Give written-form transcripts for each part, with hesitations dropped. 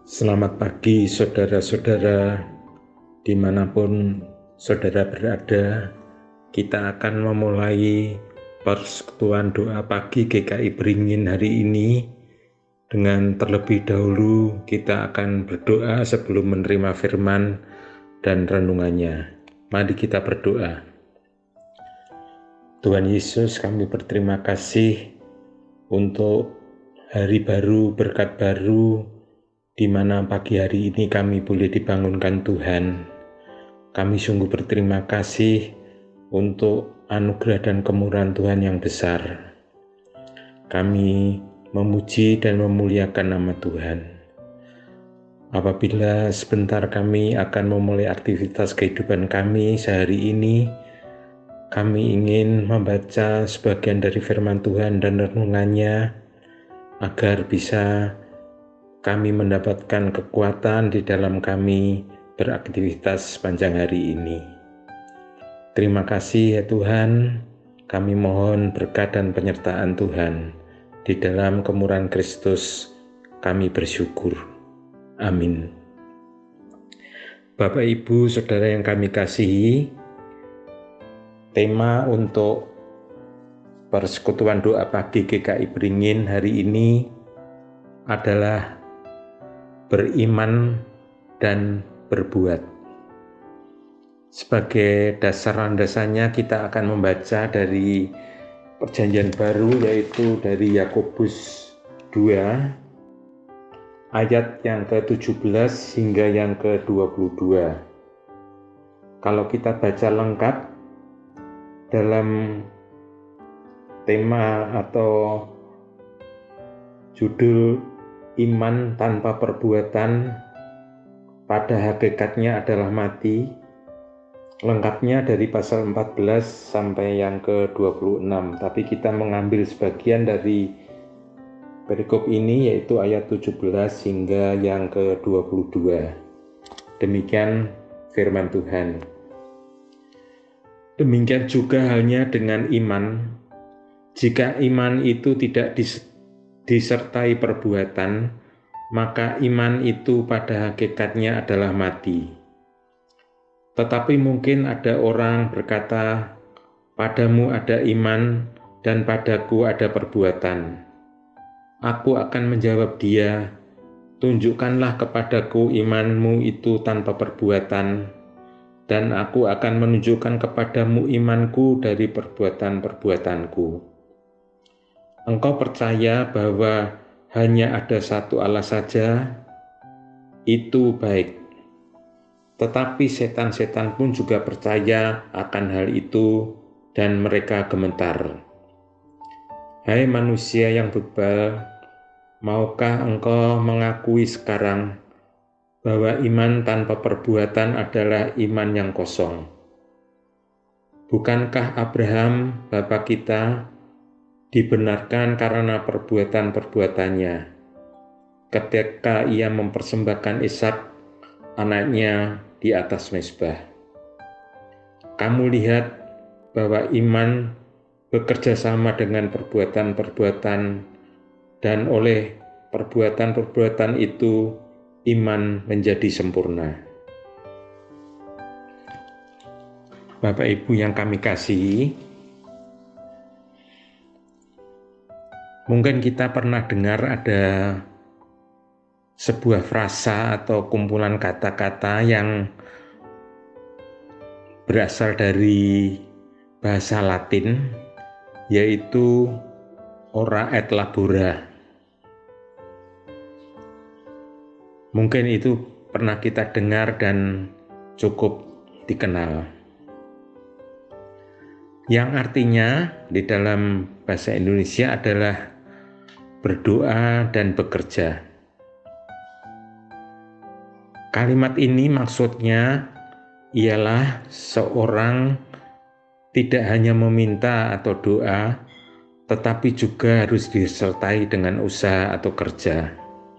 Selamat pagi saudara-saudara, dimanapun saudara berada. Kita akan memulai persekutuan doa pagi GKI Beringin hari ini. Dengan terlebih dahulu kita akan berdoa sebelum menerima firman dan renungannya. Mari kita berdoa. Tuhan Yesus, kami berterima kasih untuk hari baru, berkat baru, di mana pagi hari ini kami boleh dibangunkan Tuhan. Kami sungguh berterima kasih untuk anugerah dan kemurahan Tuhan yang besar. Kami memuji dan memuliakan nama Tuhan. Apabila sebentar kami akan memulai aktivitas kehidupan kami sehari ini, kami ingin membaca sebagian dari firman Tuhan dan renungannya agar bisa kami mendapatkan kekuatan di dalam kami beraktivitas sepanjang hari ini. Terima kasih ya Tuhan, kami mohon berkat dan penyertaan Tuhan. Di dalam kemurahan Kristus kami bersyukur. Amin. Bapak Ibu Saudara yang kami kasihi, tema untuk persekutuan doa pagi GKI Beringin hari ini adalah beriman dan berbuat. Sebagai dasar landasannya kita akan membaca dari Perjanjian Baru, yaitu dari Yakobus 2 ayat yang ke-17 hingga yang ke-22. Kalau kita baca lengkap dalam tema atau judul iman tanpa perbuatan pada hakikatnya adalah mati. Lengkapnya dari pasal 14 sampai yang ke-26. Tapi kita mengambil sebagian dari perikop ini, yaitu ayat 17 hingga yang ke-22. Demikian firman Tuhan. Demikian juga halnya dengan iman. Jika iman itu tidak disertai perbuatan, maka iman itu pada hakikatnya adalah mati. Tetapi mungkin ada orang berkata, padamu ada iman dan padaku ada perbuatan. Aku akan menjawab dia, tunjukkanlah kepadaku imanmu itu tanpa perbuatan, dan aku akan menunjukkan kepadamu imanku dari perbuatan-perbuatanku. Engkau percaya bahwa hanya ada satu Allah saja, itu baik. Tetapi setan-setan pun juga percaya akan hal itu dan mereka gemetar. Hai manusia yang bebal, maukah engkau mengakui sekarang bahwa iman tanpa perbuatan adalah iman yang kosong? Bukankah Abraham, bapa kita, dibenarkan karena perbuatan-perbuatannya ketika ia mempersembahkan Ishak, anaknya, di atas mezbah? Kamu lihat bahwa iman bekerja sama dengan perbuatan-perbuatan, dan oleh perbuatan-perbuatan itu iman menjadi sempurna. Bapak Ibu yang kami kasihi, mungkin kita pernah dengar ada sebuah frasa atau kumpulan kata-kata yang berasal dari bahasa Latin, yaitu ora et labora. Mungkin itu pernah kita dengar dan cukup dikenal. Yang artinya di dalam bahasa Indonesia adalah berdoa dan bekerja. Kalimat ini maksudnya ialah seorang tidak hanya meminta atau doa, tetapi juga harus disertai dengan usaha atau kerja.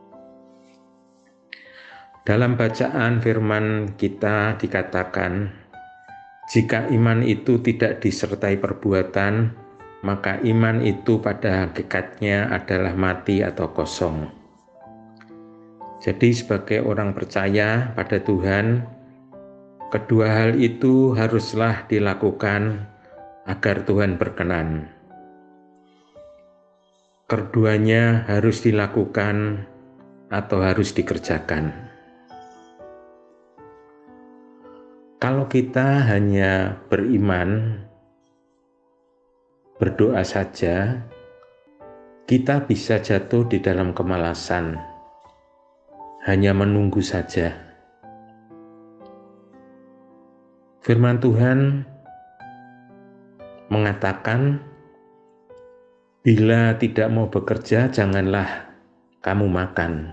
Dalam bacaan firman kita dikatakan, jika iman itu tidak disertai perbuatan, maka iman itu pada hakikatnya adalah mati atau kosong. Jadi sebagai orang percaya pada Tuhan, kedua hal itu haruslah dilakukan agar Tuhan berkenan. Keduanya harus dilakukan atau harus dikerjakan. Kalau kita hanya beriman, berdoa saja, kita bisa jatuh di dalam kemalasan, hanya menunggu saja. Firman Tuhan mengatakan, bila tidak mau bekerja, janganlah kamu makan.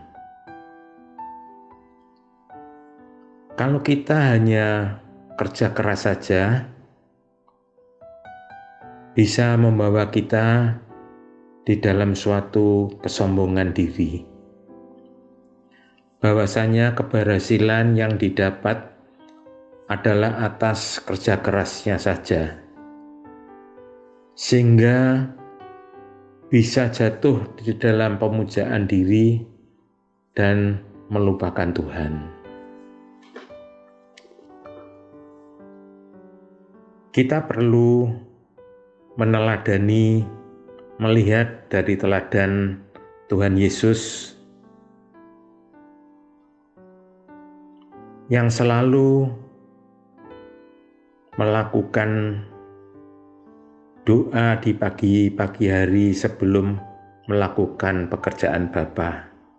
Kalau kita hanya kerja keras saja, bisa membawa kita di dalam suatu kesombongan diri. Bahwasanya keberhasilan yang didapat adalah atas kerja kerasnya saja, sehingga bisa jatuh di dalam pemujaan diri dan melupakan Tuhan. Kita perlu meneladani, melihat dari teladan Tuhan Yesus yang selalu melakukan doa di pagi hari sebelum melakukan pekerjaan Bapa.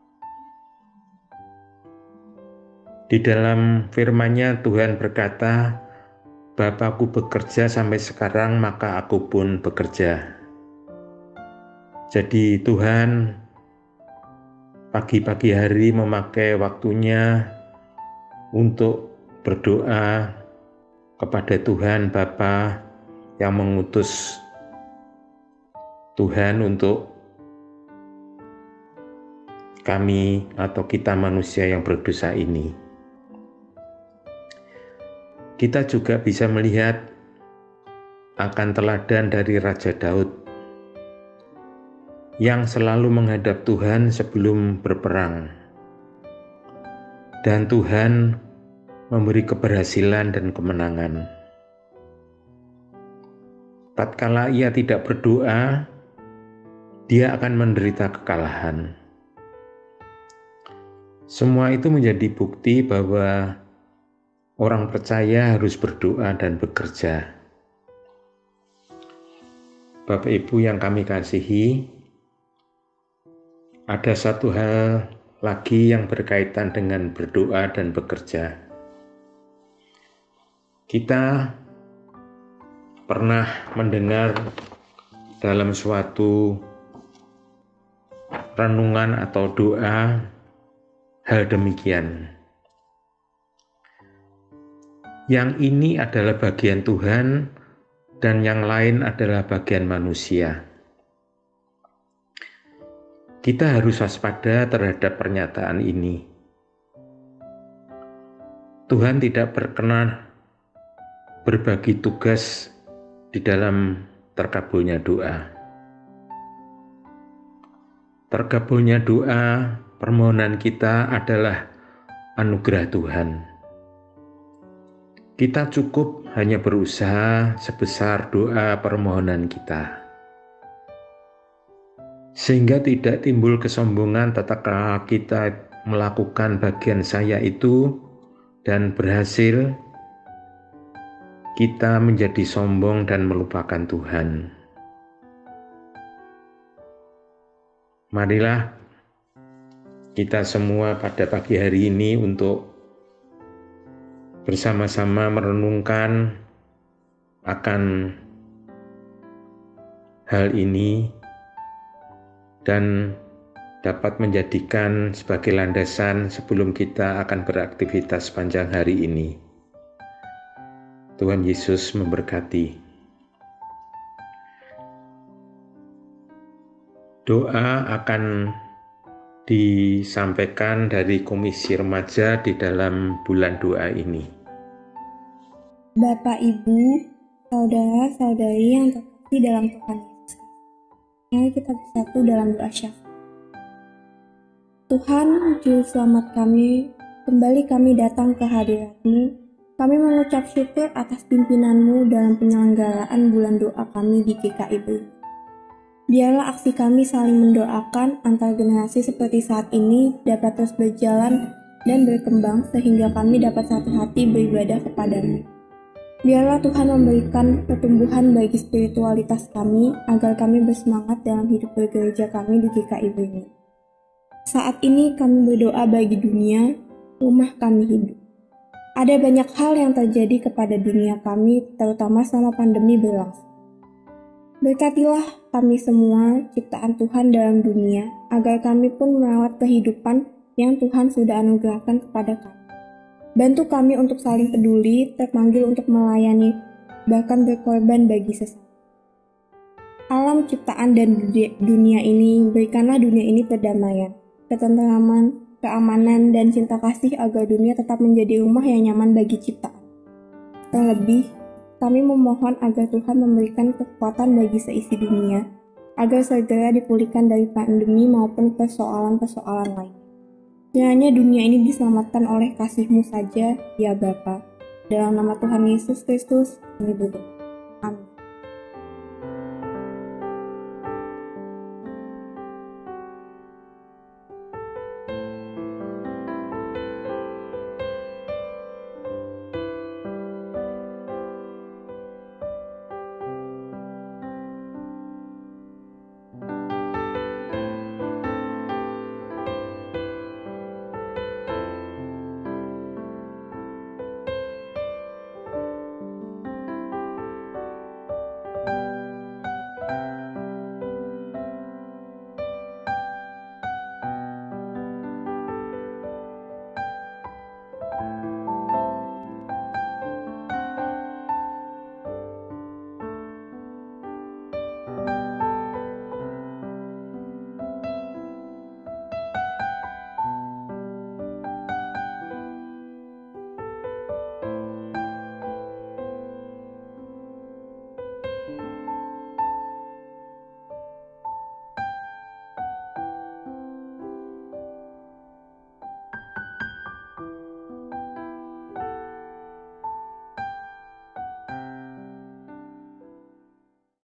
Di dalam firman-Nya Tuhan berkata, Bapakku bekerja sampai sekarang, maka aku pun bekerja. Jadi Tuhan pagi-pagi hari memakai waktunya untuk berdoa kepada Tuhan Bapa yang mengutus Tuhan untuk kami atau kita manusia yang berdosa ini. Kita juga bisa melihat akan teladan dari Raja Daud yang selalu menghadap Tuhan sebelum berperang. Dan Tuhan memberi keberhasilan dan kemenangan. Tatkala ia tidak berdoa, dia akan menderita kekalahan. Semua itu menjadi bukti bahwa orang percaya harus berdoa dan bekerja. Bapak Ibu yang kami kasihi, ada satu hal lagi yang berkaitan dengan berdoa dan bekerja. Kita pernah mendengar dalam suatu renungan atau doa hal demikian. Yang ini adalah bagian Tuhan dan yang lain adalah bagian manusia. Kita harus waspada terhadap pernyataan ini. Tuhan tidak berkenan berbagi tugas di dalam terkabulnya doa. Terkabulnya doa, permohonan kita adalah anugerah Tuhan. Kita cukup hanya berusaha sebesar doa permohonan kita. Sehingga tidak timbul kesombongan tatkala kita melakukan bagian saya itu dan berhasil, kita menjadi sombong dan melupakan Tuhan. Marilah kita semua pada pagi hari ini untuk bersama-sama merenungkan akan hal ini dan dapat menjadikan sebagai landasan sebelum kita akan beraktivitas sepanjang hari ini. Tuhan Yesus memberkati. Doa akan disampaikan dari Komisi Remaja di dalam bulan doa ini. Bapak, Ibu, saudara-saudari yang terkasih dalam Tuhan Yesus. Mari kita bersatu dalam doa syafaat. Tuhan, Juru Selamat kami, kembali kami datang ke hadirat-Mu. Kami mengucap syukur atas pimpinan-Mu dalam penyelenggaraan bulan doa kami di GKIB. Biarlah aksi kami saling mendoakan antar generasi seperti saat ini dapat terus berjalan dan berkembang sehingga kami dapat satu hati beribadah kepada-Mu. Biarlah Tuhan memberikan pertumbuhan bagi spiritualitas kami agar kami bersemangat dalam hidup bergereja kami di GKIB ini. Saat ini kami berdoa bagi dunia, rumah kami hidup. Ada banyak hal yang terjadi kepada dunia kami, terutama selama pandemi berlangsung. Berkatilah kami semua, ciptaan Tuhan dalam dunia, agar kami pun merawat kehidupan yang Tuhan sudah anugerahkan kepada kami. Bantu kami untuk saling peduli, terpanggil untuk melayani, bahkan berkorban bagi sesama. Alam ciptaan dan dunia ini, berikanlah dunia ini perdamaian, ketentraman, keamanan, dan cinta kasih agar dunia tetap menjadi rumah yang nyaman bagi ciptaan. Terlebih, kami memohon agar Tuhan memberikan kekuatan bagi seisi dunia, agar segera dipulihkan dari pandemi maupun persoalan-persoalan lain. Kiranya dunia ini diselamatkan oleh kasih-Mu saja, ya Bapa. Dalam nama Tuhan Yesus Kristus, kami berdoa.